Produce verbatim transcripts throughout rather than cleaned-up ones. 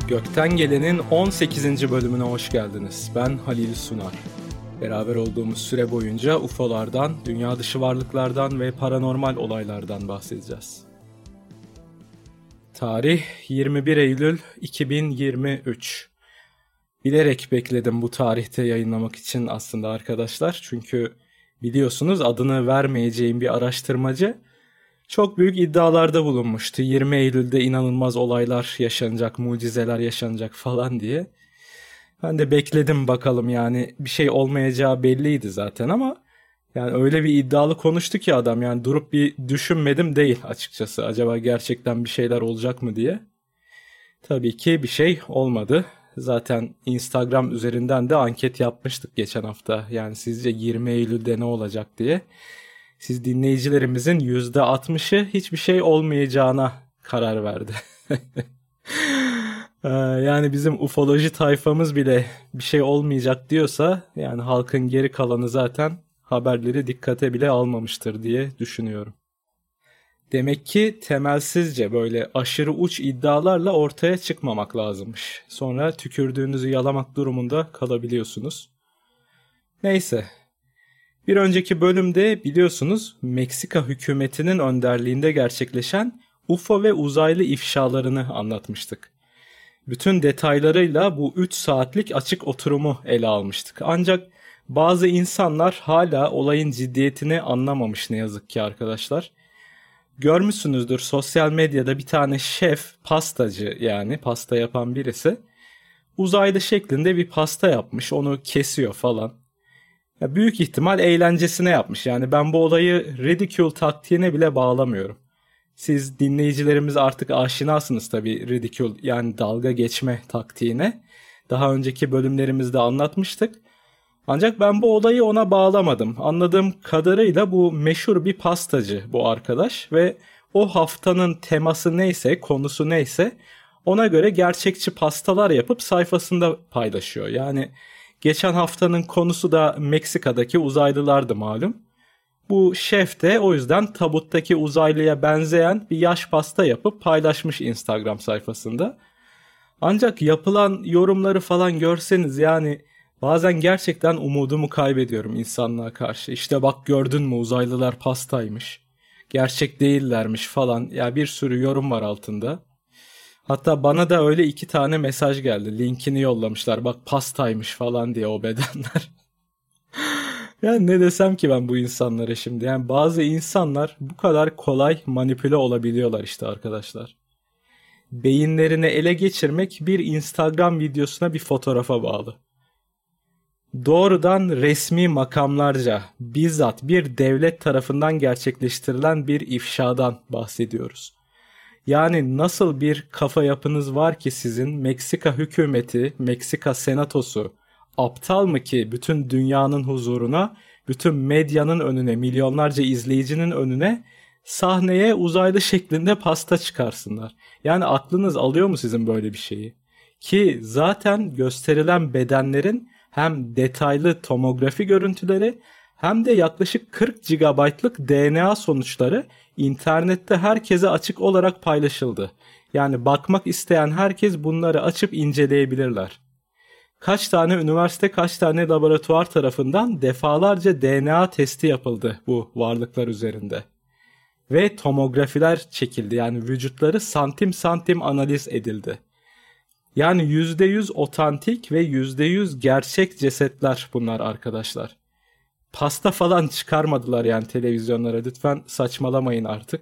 Gökten Gelen'in on sekizinci bölümüne hoş geldiniz. Ben Halil Sunar. Beraber olduğumuz süre boyunca U F O'lardan, dünya dışı varlıklardan ve paranormal olaylardan bahsedeceğiz. Tarih yirmi bir Eylül iki bin yirmi üç. Bilerek bekledim bu tarihte yayınlamak için aslında arkadaşlar. Çünkü biliyorsunuz adını vermeyeceğim bir araştırmacı çok büyük iddialarda bulunmuştu. yirmi Eylül'de inanılmaz olaylar yaşanacak, mucizeler yaşanacak falan diye. Ben de bekledim bakalım, yani bir şey olmayacağı belliydi zaten ama yani öyle bir iddialı konuştu ki adam, yani durup bir düşünmedim değil açıkçası. Acaba gerçekten bir şeyler olacak mı diye. Tabii ki bir şey olmadı. Zaten Instagram üzerinden de anket yapmıştık geçen hafta. Yani sizce yirmi Eylül'de ne olacak diye. Siz dinleyicilerimizin yüzde altmışı hiçbir şey olmayacağına karar verdi. Yani bizim ufoloji tayfamız bile bir şey olmayacak diyorsa, yani halkın geri kalanı zaten haberleri dikkate bile almamıştır diye düşünüyorum. Demek ki temelsizce böyle aşırı uç iddialarla ortaya çıkmamak lazımmış. Sonra tükürdüğünüzü yalamak durumunda kalabiliyorsunuz. Neyse. Bir önceki bölümde biliyorsunuz Meksika hükümetinin önderliğinde gerçekleşen U F O ve uzaylı ifşalarını anlatmıştık. Bütün detaylarıyla bu üç saatlik açık oturumu ele almıştık. Ancak bazı insanlar hala olayın ciddiyetini anlamamış ne yazık ki arkadaşlar. Görmüşsünüzdür sosyal medyada bir tane şef, pastacı, yani pasta yapan birisi uzaylı şeklinde bir pasta yapmış, onu kesiyor falan. Ya büyük ihtimal eğlencesine yapmış. Yani ben bu olayı ridicule taktiğine bile bağlamıyorum. Siz dinleyicilerimiz artık aşinasınız tabii ridicule, yani dalga geçme taktiğine. Daha önceki bölümlerimizde anlatmıştık. Ancak ben bu olayı ona bağlamadım. Anladığım kadarıyla bu meşhur bir pastacı bu arkadaş ve o haftanın teması neyse, konusu neyse ona göre gerçekçi pastalar yapıp sayfasında paylaşıyor. Yani geçen haftanın konusu da Meksika'daki uzaylılardı malum. Bu şef de o yüzden tabuttaki uzaylıya benzeyen bir yaş pasta yapıp paylaşmış Instagram sayfasında. Ancak yapılan yorumları falan görseniz, yani bazen gerçekten umudumu kaybediyorum insanlığa karşı. İşte bak gördün mü, uzaylılar pastaymış, gerçek değillermiş falan. Ya bir sürü yorum var altında. Hatta bana da öyle iki tane mesaj geldi. Linkini yollamışlar. Bak pastaymış falan diye o bedenler. Yani ne desem ki ben bu insanlara şimdi. Yani bazı insanlar bu kadar kolay manipüle olabiliyorlar işte arkadaşlar. Beyinlerini ele geçirmek bir Instagram videosuna, bir fotoğrafa bağlı. Doğrudan resmi makamlarca, bizzat bir devlet tarafından gerçekleştirilen bir ifşadan bahsediyoruz. Yani nasıl bir kafa yapınız var ki sizin, Meksika hükümeti, Meksika senatosu aptal mı ki bütün dünyanın huzuruna, bütün medyanın önüne, milyonlarca izleyicinin önüne sahneye uzaylı şeklinde pasta çıkarsınlar? Yani aklınız alıyor mu sizin böyle bir şeyi? Ki zaten gösterilen bedenlerin hem detaylı tomografi görüntüleri hem de yaklaşık kırk gigabaytlık D N A sonuçları internette herkese açık olarak paylaşıldı. Yani bakmak isteyen herkes bunları açıp inceleyebilirler. Kaç tane üniversite, kaç tane laboratuvar tarafından defalarca D N A testi yapıldı bu varlıklar üzerinde. Ve tomografiler çekildi, yani vücutları santim santim analiz edildi. Yani yüzde yüz otantik ve yüzde yüz gerçek cesetler bunlar arkadaşlar. Pasta falan çıkarmadılar yani televizyonlara. Lütfen saçmalamayın artık.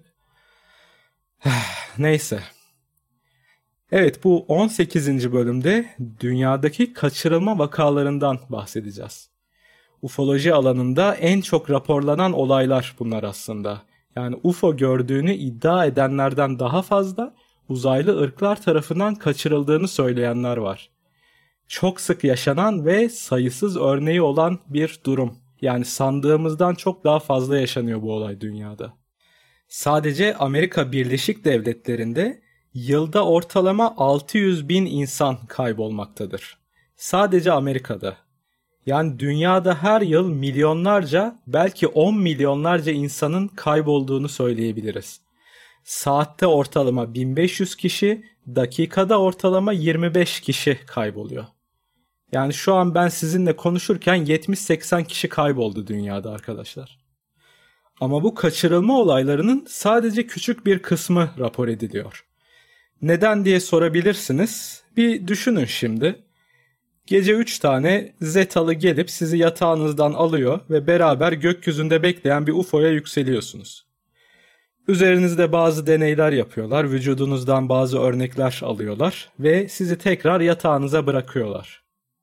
Neyse. Evet, bu on sekizinci bölümde dünyadaki kaçırılma vakalarından bahsedeceğiz. Ufoloji alanında en çok raporlanan olaylar bunlar aslında. Yani U F O gördüğünü iddia edenlerden daha fazla uzaylı ırklar tarafından kaçırıldığını söyleyenler var. Çok sık yaşanan ve sayısız örneği olan bir durum. Yani sandığımızdan çok daha fazla yaşanıyor bu olay dünyada. Sadece Amerika Birleşik Devletleri'nde yılda ortalama altı yüz bin insan kaybolmaktadır. Sadece Amerika'da. Yani dünyada her yıl milyonlarca, belki on milyonlarca insanın kaybolduğunu söyleyebiliriz. Saatte ortalama bin beş yüz kişi dakikada ortalama yirmi beş kişi kayboluyor. Yani şu an ben sizinle konuşurken yetmiş seksen kişi kayboldu dünyada arkadaşlar. Ama bu kaçırılma olaylarının sadece küçük bir kısmı rapor ediliyor. Neden diye sorabilirsiniz. Bir düşünün şimdi. Gece üç tane Zetalı gelip sizi yatağınızdan alıyor ve beraber gökyüzünde bekleyen bir U F O'ya yükseliyorsunuz. Üzerinizde bazı deneyler yapıyorlar, vücudunuzdan bazı örnekler alıyorlar ve sizi tekrar yatağınıza bırakıyorlar.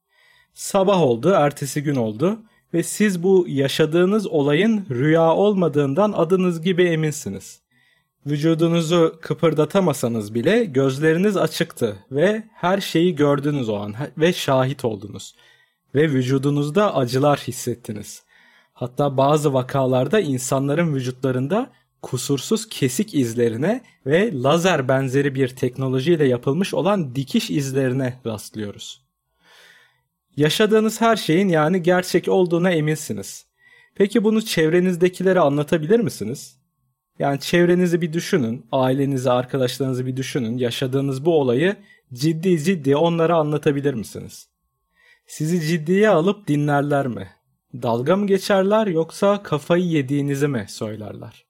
Sabah oldu, ertesi gün oldu ve siz bu yaşadığınız olayın rüya olmadığından adınız gibi eminsiniz. Vücudunuzu kıpırdatamasanız bile gözleriniz açıktı ve her şeyi gördünüz o an ve şahit oldunuz. Ve vücudunuzda acılar hissettiniz. Hatta bazı vakalarda insanların vücutlarında kusursuz kesik izlerine ve lazer benzeri bir teknolojiyle yapılmış olan dikiş izlerine rastlıyoruz. Yaşadığınız her şeyin yani gerçek olduğuna eminsiniz. Peki bunu çevrenizdekilere anlatabilir misiniz? Yani çevrenizi bir düşünün, ailenizi, arkadaşlarınızı bir düşünün. Yaşadığınız bu olayı ciddi ciddi onlara anlatabilir misiniz? Sizi ciddiye alıp dinlerler mi? Dalga mı geçerler yoksa kafayı yediğinizi mi söylerler?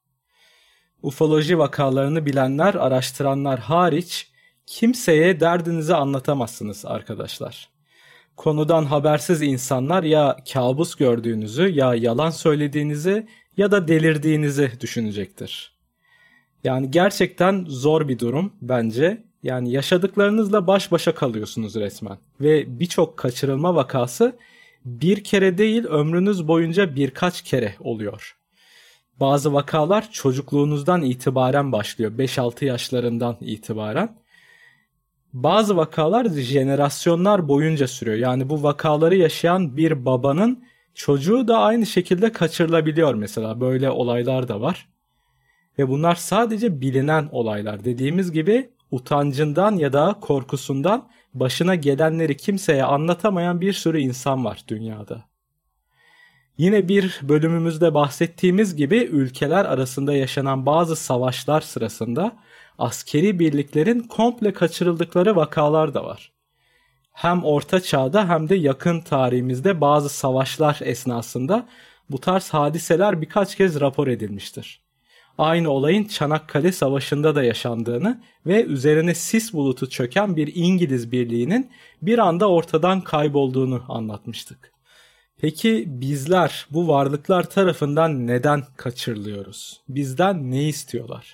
Ufoloji vakalarını bilenler, araştıranlar hariç kimseye derdinizi anlatamazsınız arkadaşlar. Konudan habersiz insanlar ya kabus gördüğünüzü, ya yalan söylediğinizi ya da delirdiğinizi düşünecektir. Yani gerçekten zor bir durum bence. Yani yaşadıklarınızla baş başa kalıyorsunuz resmen. Ve birçok kaçırılma vakası bir kere değil ömrünüz boyunca birkaç kere oluyor. Bazı vakalar çocukluğunuzdan itibaren başlıyor. beş altı yaşlarından itibaren. Bazı vakalar jenerasyonlar boyunca sürüyor. Yani bu vakaları yaşayan bir babanın çocuğu da aynı şekilde kaçırılabiliyor mesela. Böyle olaylar da var. Ve bunlar sadece bilinen olaylar. Dediğimiz gibi utancından ya da korkusundan başına gelenleri kimseye anlatamayan bir sürü insan var dünyada. Yine bir bölümümüzde bahsettiğimiz gibi ülkeler arasında yaşanan bazı savaşlar sırasında askeri birliklerin komple kaçırıldıkları vakalar da var. Hem Orta Çağ'da hem de yakın tarihimizde bazı savaşlar esnasında bu tarz hadiseler birkaç kez rapor edilmiştir. Aynı olayın Çanakkale Savaşı'nda da yaşandığını ve üzerine sis bulutu çöken bir İngiliz birliğinin bir anda ortadan kaybolduğunu anlatmıştık. Peki bizler bu varlıklar tarafından neden kaçırılıyoruz? Bizden ne istiyorlar?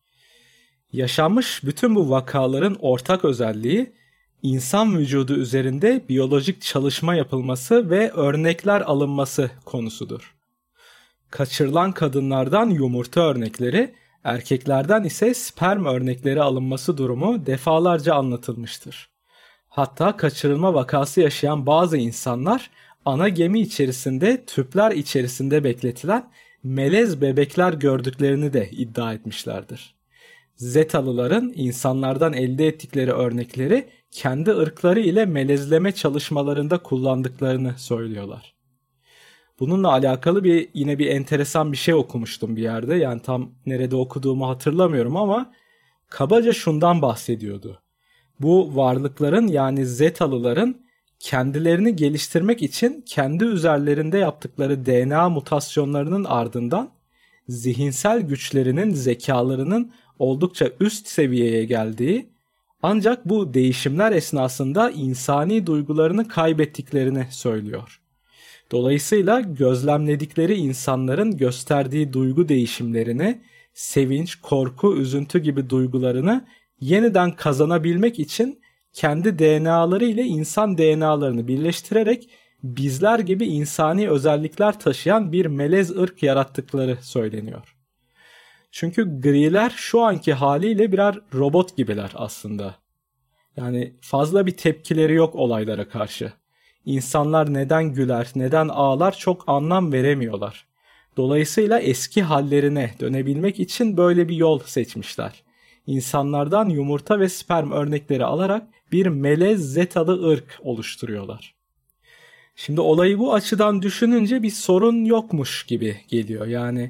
Yaşanmış bütün bu vakaların ortak özelliği insan vücudu üzerinde biyolojik çalışma yapılması ve örnekler alınması konusudur. Kaçırılan kadınlardan yumurta örnekleri, erkeklerden ise sperm örnekleri alınması durumu defalarca anlatılmıştır. Hatta kaçırılma vakası yaşayan bazı insanlar ana gemi içerisinde tüpler içerisinde bekletilen melez bebekler gördüklerini de iddia etmişlerdir. Zetalıların insanlardan elde ettikleri örnekleri kendi ırkları ile melezleme çalışmalarında kullandıklarını söylüyorlar. Bununla alakalı bir yine bir enteresan bir şey okumuştum bir yerde. Yani tam nerede okuduğumu hatırlamıyorum ama kabaca şundan bahsediyordu. Bu varlıkların yani Zetalıların kendilerini geliştirmek için kendi üzerlerinde yaptıkları D N A mutasyonlarının ardından zihinsel güçlerinin, zekalarının oldukça üst seviyeye geldiği ancak bu değişimler esnasında insani duygularını kaybettiklerini söylüyor. Dolayısıyla gözlemledikleri insanların gösterdiği duygu değişimlerini, sevinç, korku, üzüntü gibi duygularını yeniden kazanabilmek için kendi D N A'ları ile insan D N A'larını birleştirerek bizler gibi insani özellikler taşıyan bir melez ırk yarattıkları söyleniyor. Çünkü griler şu anki haliyle birer robot gibiler aslında. Yani fazla bir tepkileri yok olaylara karşı. İnsanlar neden güler, neden ağlar çok anlam veremiyorlar. Dolayısıyla eski hallerine dönebilmek için böyle bir yol seçmişler. İnsanlardan yumurta ve sperm örnekleri alarak bir melez zetalı ırk oluşturuyorlar. Şimdi olayı bu açıdan düşününce bir sorun yokmuş gibi geliyor. Yani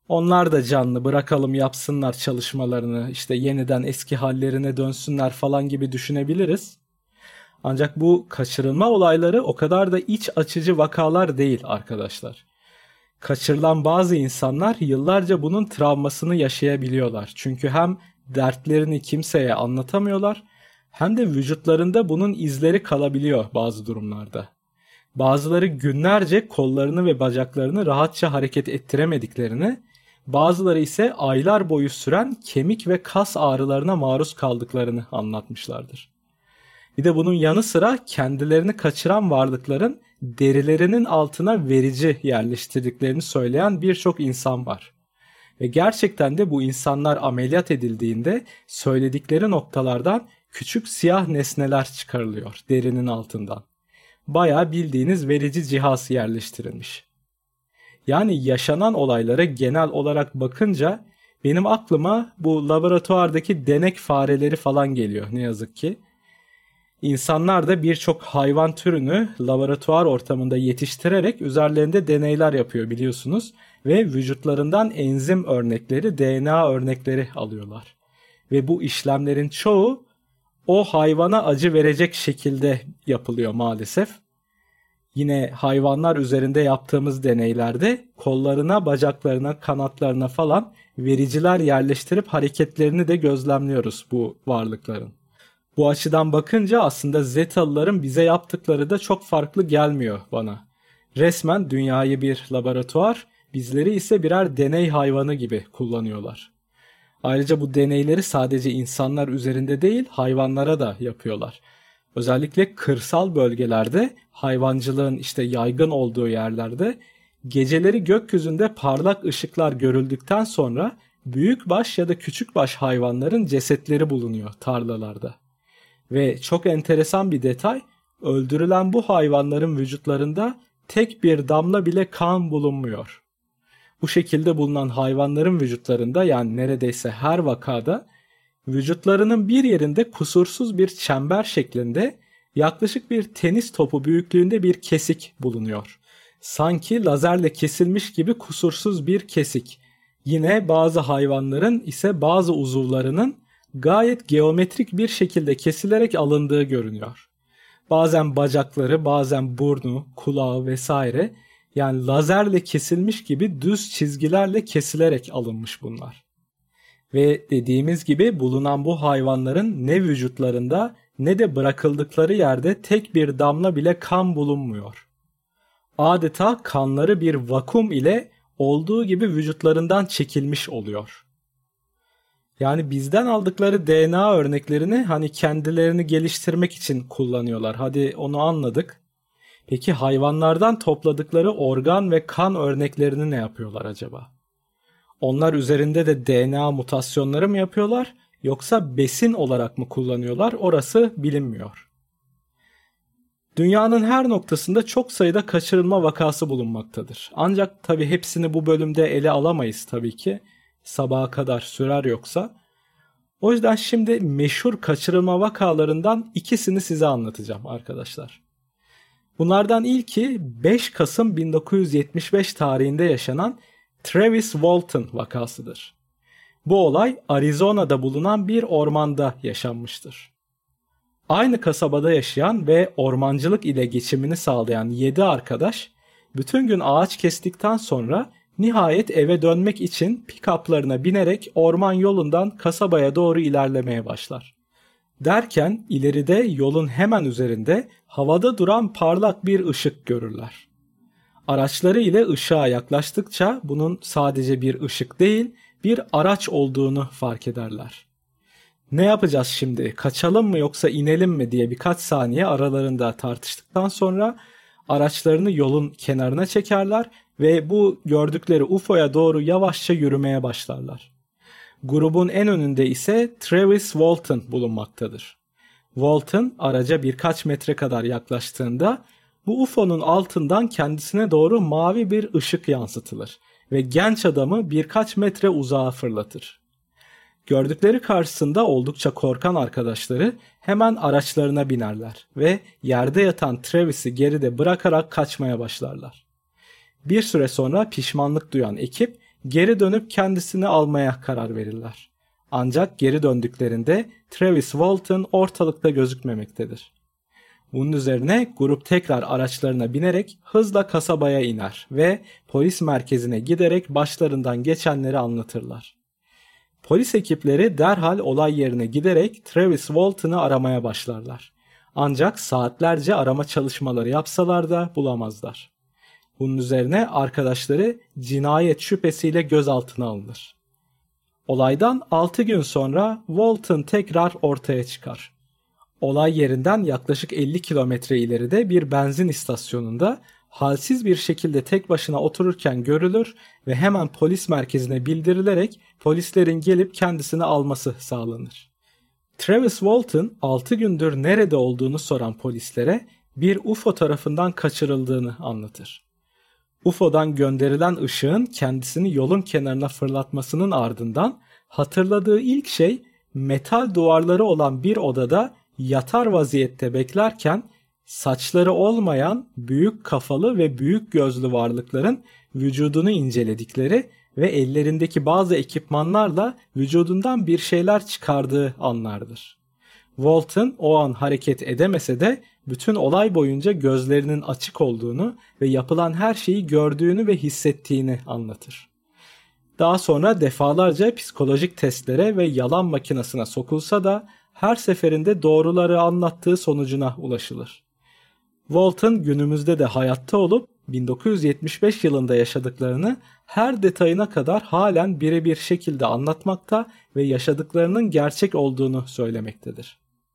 Onlar da canlı, bırakalım yapsınlar çalışmalarını, işte yeniden eski hallerine dönsünler falan gibi düşünebiliriz. Ancak bu kaçırılma olayları o kadar da iç açıcı vakalar değil arkadaşlar. Kaçırılan bazı insanlar yıllarca bunun travmasını yaşayabiliyorlar. Çünkü hem dertlerini kimseye anlatamıyorlar, hem de vücutlarında bunun izleri kalabiliyor bazı durumlarda. Bazıları günlerce kollarını ve bacaklarını rahatça hareket ettiremediklerini, bazıları ise aylar boyu süren kemik ve kas ağrılarına maruz kaldıklarını anlatmışlardır. Bir de bunun yanı sıra kendilerini kaçıran varlıkların derilerinin altına verici yerleştirdiklerini söyleyen birçok insan var. Ve gerçekten de bu insanlar ameliyat edildiğinde söyledikleri noktalardan küçük siyah nesneler çıkarılıyor derinin altından. Bayağı bildiğiniz verici cihaz yerleştirilmiş. Yani yaşanan olaylara genel olarak bakınca benim aklıma bu laboratuvardaki denek fareleri falan geliyor ne yazık ki. İnsanlar da birçok hayvan türünü laboratuvar ortamında yetiştirerek üzerlerinde deneyler yapıyor biliyorsunuz ve vücutlarından enzim örnekleri, D N A örnekleri alıyorlar. Ve bu işlemlerin çoğu o hayvana acı verecek şekilde yapılıyor maalesef. Yine hayvanlar üzerinde yaptığımız deneylerde kollarına, bacaklarına, kanatlarına falan vericiler yerleştirip hareketlerini de gözlemliyoruz bu varlıkların. Bu açıdan bakınca aslında Zetalıların bize yaptıkları da çok farklı gelmiyor bana. Resmen dünyayı bir laboratuvar, bizleri ise birer deney hayvanı gibi kullanıyorlar. Ayrıca bu deneyleri sadece insanlar üzerinde değil, hayvanlara da yapıyorlar. Özellikle kırsal bölgelerde, hayvancılığın işte yaygın olduğu yerlerde geceleri gökyüzünde parlak ışıklar görüldükten sonra büyükbaş ya da küçükbaş hayvanların cesetleri bulunuyor tarlalarda. Ve çok enteresan bir detay, öldürülen bu hayvanların vücutlarında tek bir damla bile kan bulunmuyor. Bu şekilde bulunan hayvanların vücutlarında, yani neredeyse her vakada, vücutlarının bir yerinde kusursuz bir çember şeklinde yaklaşık bir tenis topu büyüklüğünde bir kesik bulunuyor. Sanki lazerle kesilmiş gibi kusursuz bir kesik. Yine bazı hayvanların ise bazı uzuvlarının gayet geometrik bir şekilde kesilerek alındığı görünüyor. Bazen bacakları, bazen burnu, kulağı vesaire, yani lazerle kesilmiş gibi düz çizgilerle kesilerek alınmış bunlar. Ve dediğimiz gibi bulunan bu hayvanların ne vücutlarında ne de bırakıldıkları yerde tek bir damla bile kan bulunmuyor. Adeta kanları bir vakum ile olduğu gibi vücutlarından çekilmiş oluyor. Yani bizden aldıkları D N A örneklerini hani kendilerini geliştirmek için kullanıyorlar. Hadi onu anladık. Peki hayvanlardan topladıkları organ ve kan örneklerini ne yapıyorlar acaba? Onlar üzerinde de D N A mutasyonları mı yapıyorlar yoksa besin olarak mı kullanıyorlar? Orası bilinmiyor. Dünyanın her noktasında çok sayıda kaçırılma vakası bulunmaktadır. Ancak tabii hepsini bu bölümde ele alamayız tabii ki. Sabaha kadar sürer yoksa. O yüzden şimdi meşhur kaçırılma vakalarından ikisini size anlatacağım arkadaşlar. Bunlardan ilki beş Kasım bin dokuz yüz yetmiş beş tarihinde yaşanan Travis Walton vakasıdır. Bu olay Arizona'da bulunan bir ormanda yaşanmıştır. Aynı kasabada yaşayan ve ormancılık ile geçimini sağlayan yedi arkadaş bütün gün ağaç kestikten sonra nihayet eve dönmek için pick-up'larına binerek orman yolundan kasabaya doğru ilerlemeye başlar. Derken ileride yolun hemen üzerinde havada duran parlak bir ışık görürler. Araçları ile ışığa yaklaştıkça bunun sadece bir ışık değil, bir araç olduğunu fark ederler. Ne yapacağız şimdi? Kaçalım mı yoksa inelim mi diye birkaç saniye aralarında tartıştıktan sonra araçlarını yolun kenarına çekerler ve bu gördükleri U F O'ya doğru yavaşça yürümeye başlarlar. Grubun en önünde ise Travis Walton bulunmaktadır. Walton araca birkaç metre kadar yaklaştığında bu U F O'nun altından kendisine doğru mavi bir ışık yansıtılır ve genç adamı birkaç metre uzağa fırlatır. Gördükleri karşısında oldukça korkan arkadaşları hemen araçlarına binerler ve yerde yatan Travis'i geride bırakarak kaçmaya başlarlar. Bir süre sonra pişmanlık duyan ekip geri dönüp kendisini almaya karar verirler. Ancak geri döndüklerinde Travis Walton ortalıkta gözükmemektedir. Bunun üzerine grup tekrar araçlarına binerek hızla kasabaya iner ve polis merkezine giderek başlarından geçenleri anlatırlar. Polis ekipleri derhal olay yerine giderek Travis Walton'ı aramaya başlarlar. Ancak saatlerce arama çalışmaları yapsalar da bulamazlar. Bunun üzerine arkadaşları cinayet şüphesiyle gözaltına alınır. Olaydan altı gün sonra Walton tekrar ortaya çıkar. Olay yerinden yaklaşık elli kilometre ileride bir benzin istasyonunda halsiz bir şekilde tek başına otururken görülür ve hemen polis merkezine bildirilerek polislerin gelip kendisini alması sağlanır. Travis Walton altı gündür nerede olduğunu soran polislere bir U F O tarafından kaçırıldığını anlatır. U F O'dan gönderilen ışığın kendisini yolun kenarına fırlatmasının ardından hatırladığı ilk şey metal duvarları olan bir odada yatar vaziyette beklerken saçları olmayan büyük kafalı ve büyük gözlü varlıkların vücudunu inceledikleri ve ellerindeki bazı ekipmanlarla vücudundan bir şeyler çıkardığı anlardır. Walton o an hareket edemese de bütün olay boyunca gözlerinin açık olduğunu ve yapılan her şeyi gördüğünü ve hissettiğini anlatır. Daha sonra defalarca psikolojik testlere ve yalan makinesine sokulsa da her seferinde doğruları anlattığı sonucuna ulaşılır. Walton günümüzde de hayatta olup bin dokuz yüz yetmiş beş yılında yaşadıklarını her detayına kadar halen birebir şekilde anlatmakta ve yaşadıklarının gerçek olduğunu söylemektedir.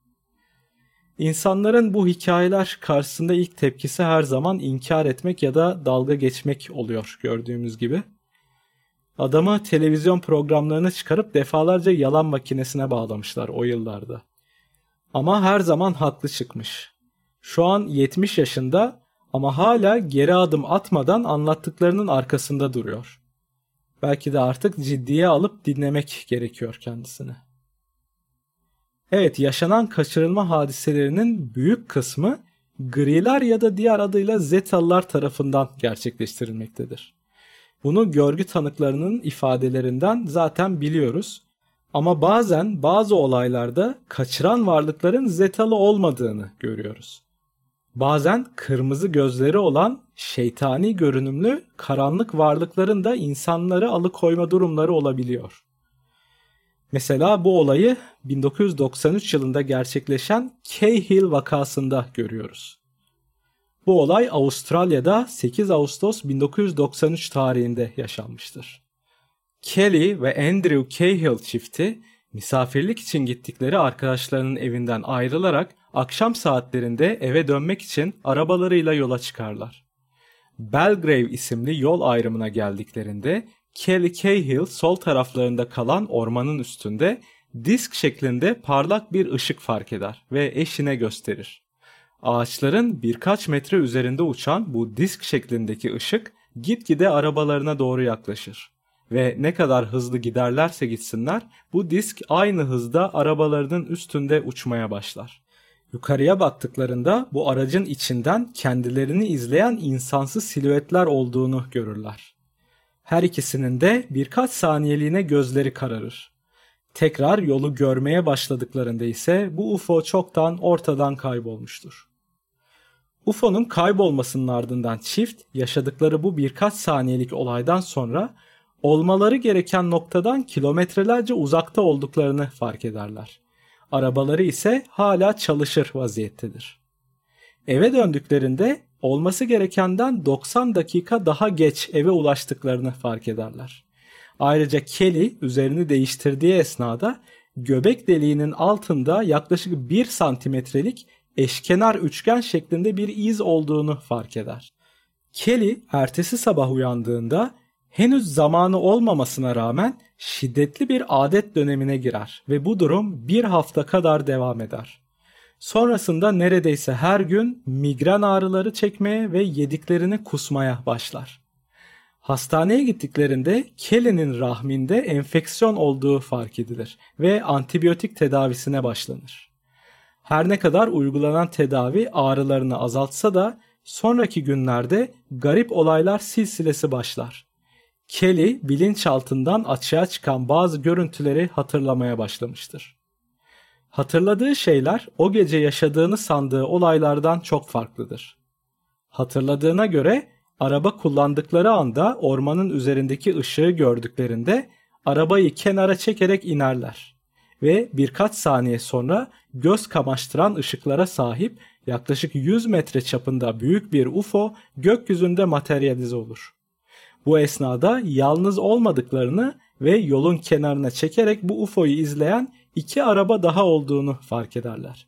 İnsanların bu hikayeler karşısında ilk tepkisi her zaman inkar etmek ya da dalga geçmek oluyor gördüğümüz gibi. Adamı televizyon programlarına çıkarıp defalarca yalan makinesine bağlamışlar o yıllarda. Ama her zaman haklı çıkmış. Şu an yetmiş yaşında ama hala geri adım atmadan anlattıklarının arkasında duruyor. Belki de artık ciddiye alıp dinlemek gerekiyor kendisini. Evet, yaşanan kaçırılma hadiselerinin büyük kısmı griler ya da diğer adıyla Zetalılar tarafından gerçekleştirilmektedir. Bunu görgü tanıklarının ifadelerinden zaten biliyoruz. Ama bazen bazı olaylarda kaçıran varlıkların Zetalı olmadığını görüyoruz. Bazen kırmızı gözleri olan şeytani görünümlü karanlık varlıkların da insanları alıkoyma durumları olabiliyor. Mesela bu olayı bin dokuz yüz doksan üç yılında gerçekleşen Cahill vakasında görüyoruz. Bu olay Avustralya'da sekiz Ağustos bin dokuz yüz doksan üç tarihinde yaşanmıştır. Kelly ve Andrew Cahill çifti misafirlik için gittikleri arkadaşlarının evinden ayrılarak akşam saatlerinde eve dönmek için arabalarıyla yola çıkarlar. Belgrave isimli yol ayrımına geldiklerinde Kelly Cahill sol taraflarında kalan ormanın üstünde disk şeklinde parlak bir ışık fark eder ve eşine gösterir. Ağaçların birkaç metre üzerinde uçan bu disk şeklindeki ışık gitgide arabalarına doğru yaklaşır. Ve ne kadar hızlı giderlerse gitsinler bu disk aynı hızda arabalarının üstünde uçmaya başlar. Yukarıya baktıklarında bu aracın içinden kendilerini izleyen insansı silüetler olduğunu görürler. Her ikisinin de birkaç saniyeliğine gözleri kararır. Tekrar yolu görmeye başladıklarında ise bu U F O çoktan ortadan kaybolmuştur. U F O'nun kaybolmasının ardından çift yaşadıkları bu birkaç saniyelik olaydan sonra olmaları gereken noktadan kilometrelerce uzakta olduklarını fark ederler. Arabaları ise hala çalışır vaziyettedir. Eve döndüklerinde olması gerekenden doksan dakika daha geç eve ulaştıklarını fark ederler. Ayrıca Kelly üzerini değiştirdiği esnada göbek deliğinin altında yaklaşık bir santimetrelik eşkenar üçgen şeklinde bir iz olduğunu fark eder. Kelly ertesi sabah uyandığında henüz zamanı olmamasına rağmen şiddetli bir adet dönemine girer ve bu durum bir hafta kadar devam eder. Sonrasında neredeyse her gün migren ağrıları çekmeye ve yediklerini kusmaya başlar. Hastaneye gittiklerinde Kelly'nin rahminde enfeksiyon olduğu fark edilir ve antibiyotik tedavisine başlanır. Her ne kadar uygulanan tedavi ağrılarını azaltsa da sonraki günlerde garip olaylar silsilesi başlar. Kelly bilinçaltından açığa çıkan bazı görüntüleri hatırlamaya başlamıştır. Hatırladığı şeyler o gece yaşadığını sandığı olaylardan çok farklıdır. Hatırladığına göre araba kullandıkları anda ormanın üzerindeki ışığı gördüklerinde arabayı kenara çekerek inerler ve birkaç saniye sonra göz kamaştıran ışıklara sahip yaklaşık yüz metre çapında büyük bir U F O gökyüzünde materyalize olur. Bu esnada yalnız olmadıklarını ve yolun kenarına çekerek bu U F O'yu izleyen iki araba daha olduğunu fark ederler.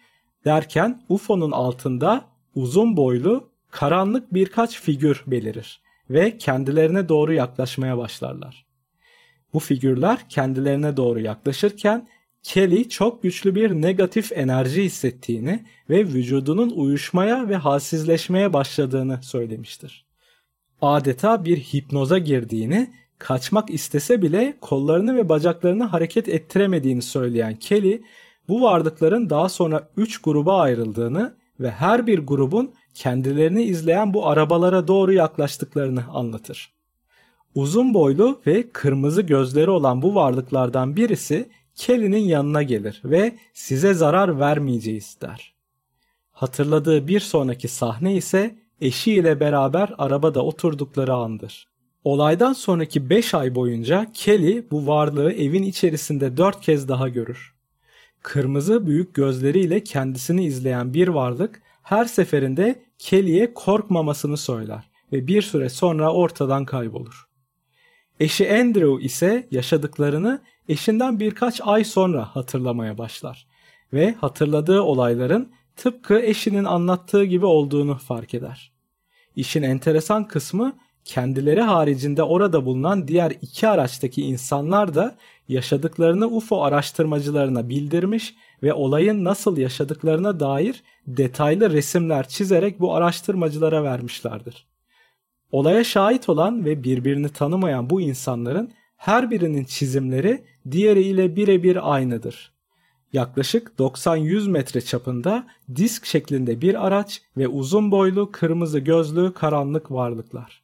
Derken U F O'nun altında uzun boylu, karanlık birkaç figür belirir ve kendilerine doğru yaklaşmaya başlarlar. Bu figürler kendilerine doğru yaklaşırken Kelly çok güçlü bir negatif enerji hissettiğini ve vücudunun uyuşmaya ve halsizleşmeye başladığını söylemiştir. Adeta bir hipnoza girdiğini, kaçmak istese bile kollarını ve bacaklarını hareket ettiremediğini söyleyen Kelly, bu varlıkların daha sonra üç gruba ayrıldığını ve her bir grubun kendilerini izleyen bu arabalara doğru yaklaştıklarını anlatır. Uzun boylu ve kırmızı gözleri olan bu varlıklardan birisi Kelly'nin yanına gelir ve size zarar vermeyeceğiz der. Hatırladığı bir sonraki sahne ise eşiyle beraber arabada oturdukları andır. Olaydan sonraki beş ay boyunca Kelly bu varlığı evin içerisinde dört kez daha görür. Kırmızı büyük gözleriyle kendisini izleyen bir varlık her seferinde Kelly'ye korkmamasını söyler ve bir süre sonra ortadan kaybolur. Eşi Andrew ise yaşadıklarını eşinden birkaç ay sonra hatırlamaya başlar ve hatırladığı olayların tıpkı eşinin anlattığı gibi olduğunu fark eder. İşin enteresan kısmı kendileri haricinde orada bulunan diğer iki araçtaki insanlar da yaşadıklarını U F O araştırmacılarına bildirmiş ve olayın nasıl yaşadıklarına dair detaylı resimler çizerek bu araştırmacılara vermişlerdir. Olaya şahit olan ve birbirini tanımayan bu insanların her birinin çizimleri diğeriyle birebir aynıdır. Yaklaşık doksan yüz metre çapında disk şeklinde bir araç ve uzun boylu kırmızı gözlü karanlık varlıklar.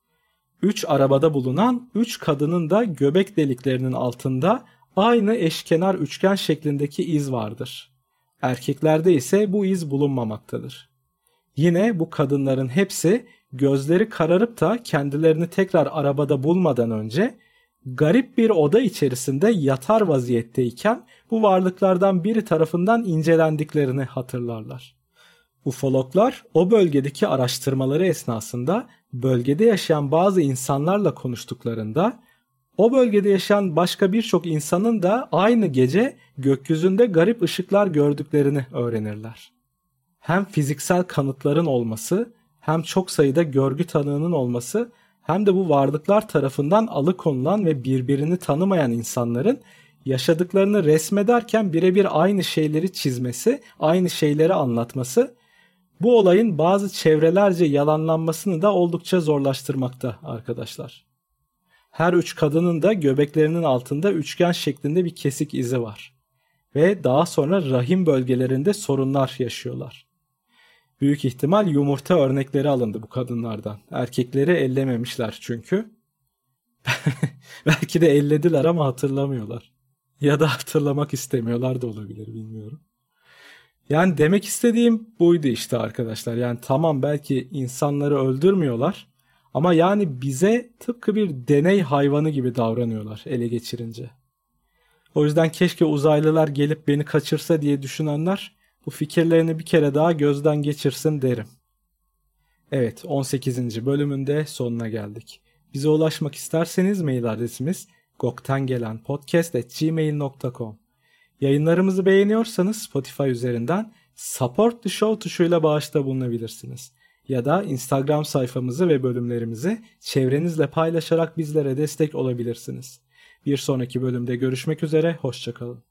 Üç arabada bulunan üç kadının da göbek deliklerinin altında aynı eşkenar üçgen şeklindeki iz vardır. Erkeklerde ise bu iz bulunmamaktadır. Yine bu kadınların hepsi gözleri kararıp da kendilerini tekrar arabada bulmadan önce garip bir oda içerisinde yatar vaziyetteyken bu varlıklardan biri tarafından incelendiklerini hatırlarlar. Ufologlar o bölgedeki araştırmaları esnasında bölgede yaşayan bazı insanlarla konuştuklarında o bölgede yaşayan başka birçok insanın da aynı gece gökyüzünde garip ışıklar gördüklerini öğrenirler. Hem fiziksel kanıtların olması, hem çok sayıda görgü tanığının olması, hem de bu varlıklar tarafından alıkonulan ve birbirini tanımayan insanların yaşadıklarını resmederken birebir aynı şeyleri çizmesi, aynı şeyleri anlatması, bu olayın bazı çevrelerce yalanlanmasını da oldukça zorlaştırmakta arkadaşlar. Her üç kadının da göbeklerinin altında üçgen şeklinde bir kesik izi var. Ve daha sonra rahim bölgelerinde sorunlar yaşıyorlar. Büyük ihtimal yumurta örnekleri alındı bu kadınlardan. Erkekleri ellememişler çünkü. Belki de ellediler ama hatırlamıyorlar. Ya da hatırlamak istemiyorlar da olabilir, bilmiyorum. Yani demek istediğim buydu işte arkadaşlar. Yani tamam, belki insanları öldürmüyorlar ama yani bize tıpkı bir deney hayvanı gibi davranıyorlar ele geçirince. O yüzden keşke uzaylılar gelip beni kaçırsa diye düşünenler bu fikirlerini bir kere daha gözden geçirsin derim. Evet, on sekizinci bölümünde sonuna geldik. Bize ulaşmak isterseniz mail adresimiz goktengelenpodcast at gmail nokta com. Yayınlarımızı beğeniyorsanız Spotify üzerinden Support the Show tuşuyla bağışta bulunabilirsiniz. Ya da Instagram sayfamızı ve bölümlerimizi çevrenizle paylaşarak bizlere destek olabilirsiniz. Bir sonraki bölümde görüşmek üzere, hoşça kalın.